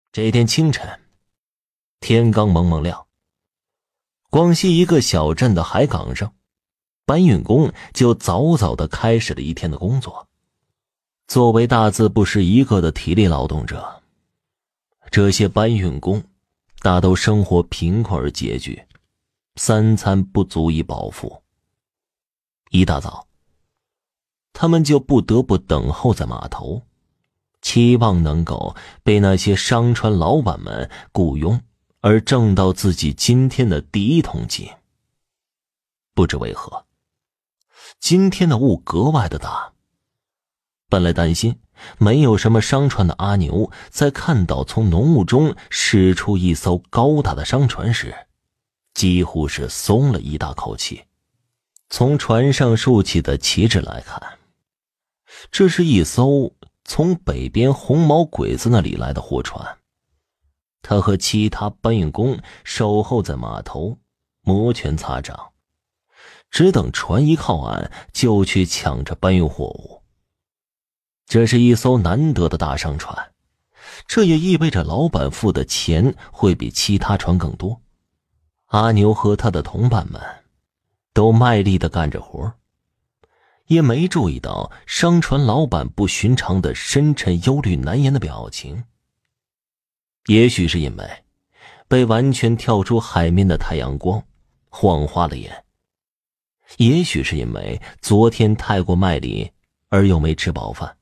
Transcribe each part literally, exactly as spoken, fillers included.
这天清晨，天刚蒙蒙亮，广西一个小镇的海港上，搬运工就早早地开始了一天的工作。作为大字不识一个的体力劳动者，这些搬运工大都生活贫困而拮据，三餐不足以饱腹。一大早，他们就不得不等候在码头，期望能够被那些商船老板们雇佣，而挣到自己今天的第一桶金。不知为何，今天的雾格外的大。本来担心没有什么商船的阿牛，在看到从浓雾中驶出一艘高大的商船时，几乎是松了一大口气。从船上竖起的旗帜来看，这是一艘从北边红毛鬼子那里来的货船。他和其他搬运工守候在码头，摩拳擦掌，只等船一靠岸就去抢着搬运货物。这是一艘难得的大商船，这也意味着老板付的钱会比其他船更多。阿牛和他的同伴们都卖力地干着活，也没注意到商船老板不寻常的深沉忧虑难言的表情。也许是因为被完全跳出海面的太阳光晃花了眼，也许是因为昨天太过卖力而又没吃饱饭。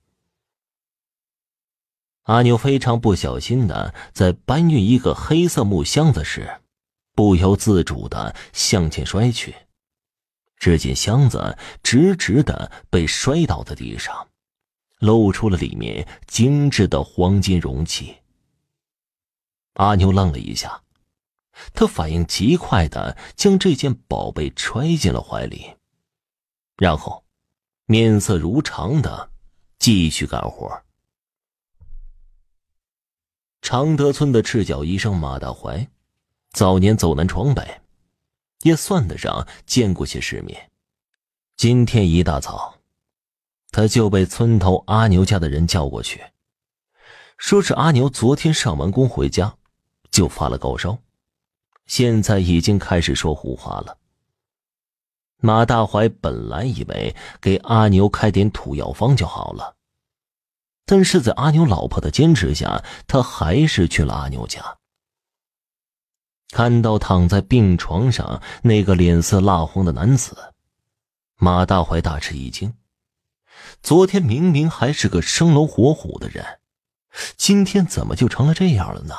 阿牛非常不小心的在搬运一个黑色木箱子时，不由自主的向前摔去，只见箱子直直的被摔倒在地上，露出了里面精致的黄金容器。阿牛愣了一下，他反应极快的将这件宝贝揣进了怀里，然后面色如常的继续干活。常德村的赤脚医生马大怀早年走南闯北，也算得上见过些世面。今天一大早，他就被村头阿牛家的人叫过去，说是阿牛昨天上完工回家就发了高烧，现在已经开始说胡话了。马大怀本来以为给阿牛开点土药方就好了，但是在阿牛老婆的坚持下，他还是去了阿牛家。看到躺在病床上那个脸色蜡黄的男子，马大怀大吃一惊。昨天明明还是个生龙活虎的人，今天怎么就成了这样了呢？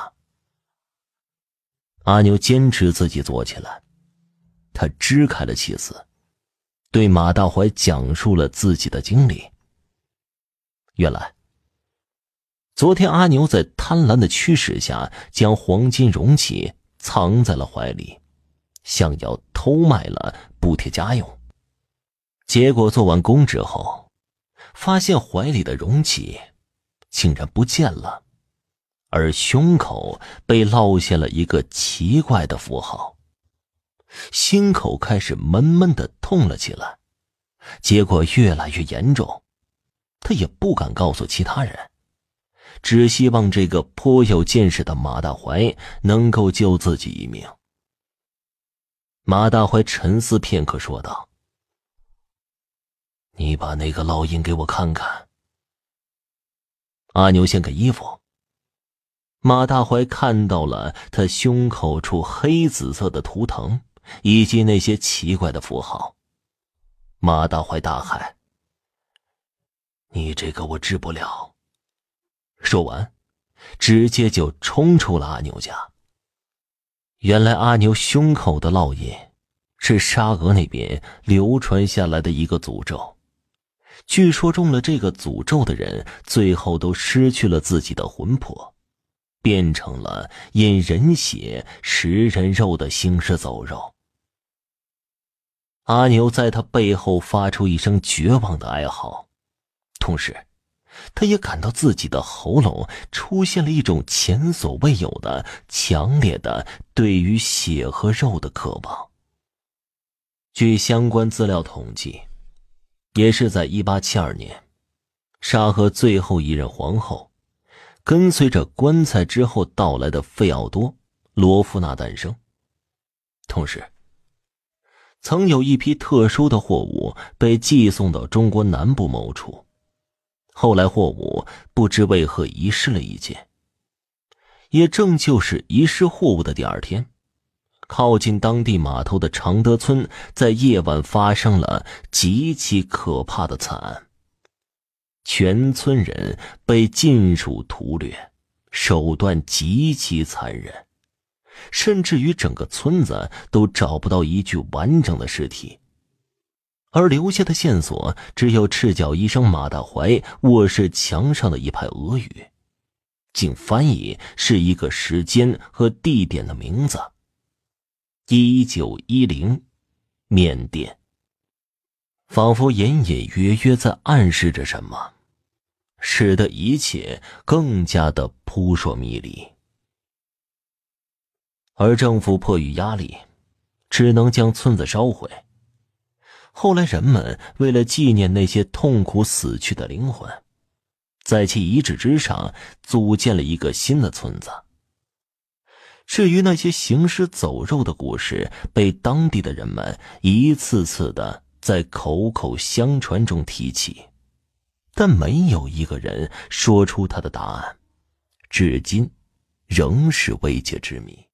阿牛坚持自己坐起来，他支开了气丝，对马大怀讲述了自己的经历。原来昨天阿牛在贪婪的驱使下，将黄金容器藏在了怀里，想要偷卖了补贴家用。结果做完工之后，发现怀里的容器竟然不见了，而胸口被烙下了一个奇怪的符号。心口开始闷闷地痛了起来，结果越来越严重，他也不敢告诉其他人，只希望这个颇有见识的马大怀能够救自己一命。马大怀沉思片刻说道：“你把那个烙印给我看看。”阿牛掀开衣服，马大怀看到了他胸口处黑紫色的图腾以及那些奇怪的符号。马大怀大喊：“你这个我治不了！”说完直接就冲出了阿牛家。原来阿牛胸口的烙印是沙俄那边流传下来的一个诅咒，据说中了这个诅咒的人最后都失去了自己的魂魄，变成了饮人血食人肉的行尸走肉。阿牛在他背后发出一声绝望的哀嚎，同时他也感到自己的喉咙出现了一种前所未有的强烈的对于血和肉的渴望。据相关资料统计，也是在一八七二年，沙俄最后一任皇后跟随着棺材之后到来的费奥多·罗夫纳诞生。同时，曾有一批特殊的货物被寄送到中国南部某处，后来货物不知为何遗失了一件。也正就是遗失货物的第二天，靠近当地码头的常德村在夜晚发生了极其可怕的惨案，全村人被尽数屠掠，手段极其残忍，甚至于整个村子都找不到一具完整的尸体，而留下的线索只有赤脚医生马大怀卧室墙上的一排俄语，经翻译是一个时间和地点的名字：一九一零，缅甸。仿佛隐隐约约在暗示着什么，使得一切更加的扑朔迷离。而政府迫于压力，只能将村子烧毁。后来人们为了纪念那些痛苦死去的灵魂，在其遗址之上组建了一个新的村子。至于那些行尸走肉的故事，被当地的人们一次次的在口口相传中提起，但没有一个人说出他的答案，至今仍是未解之谜。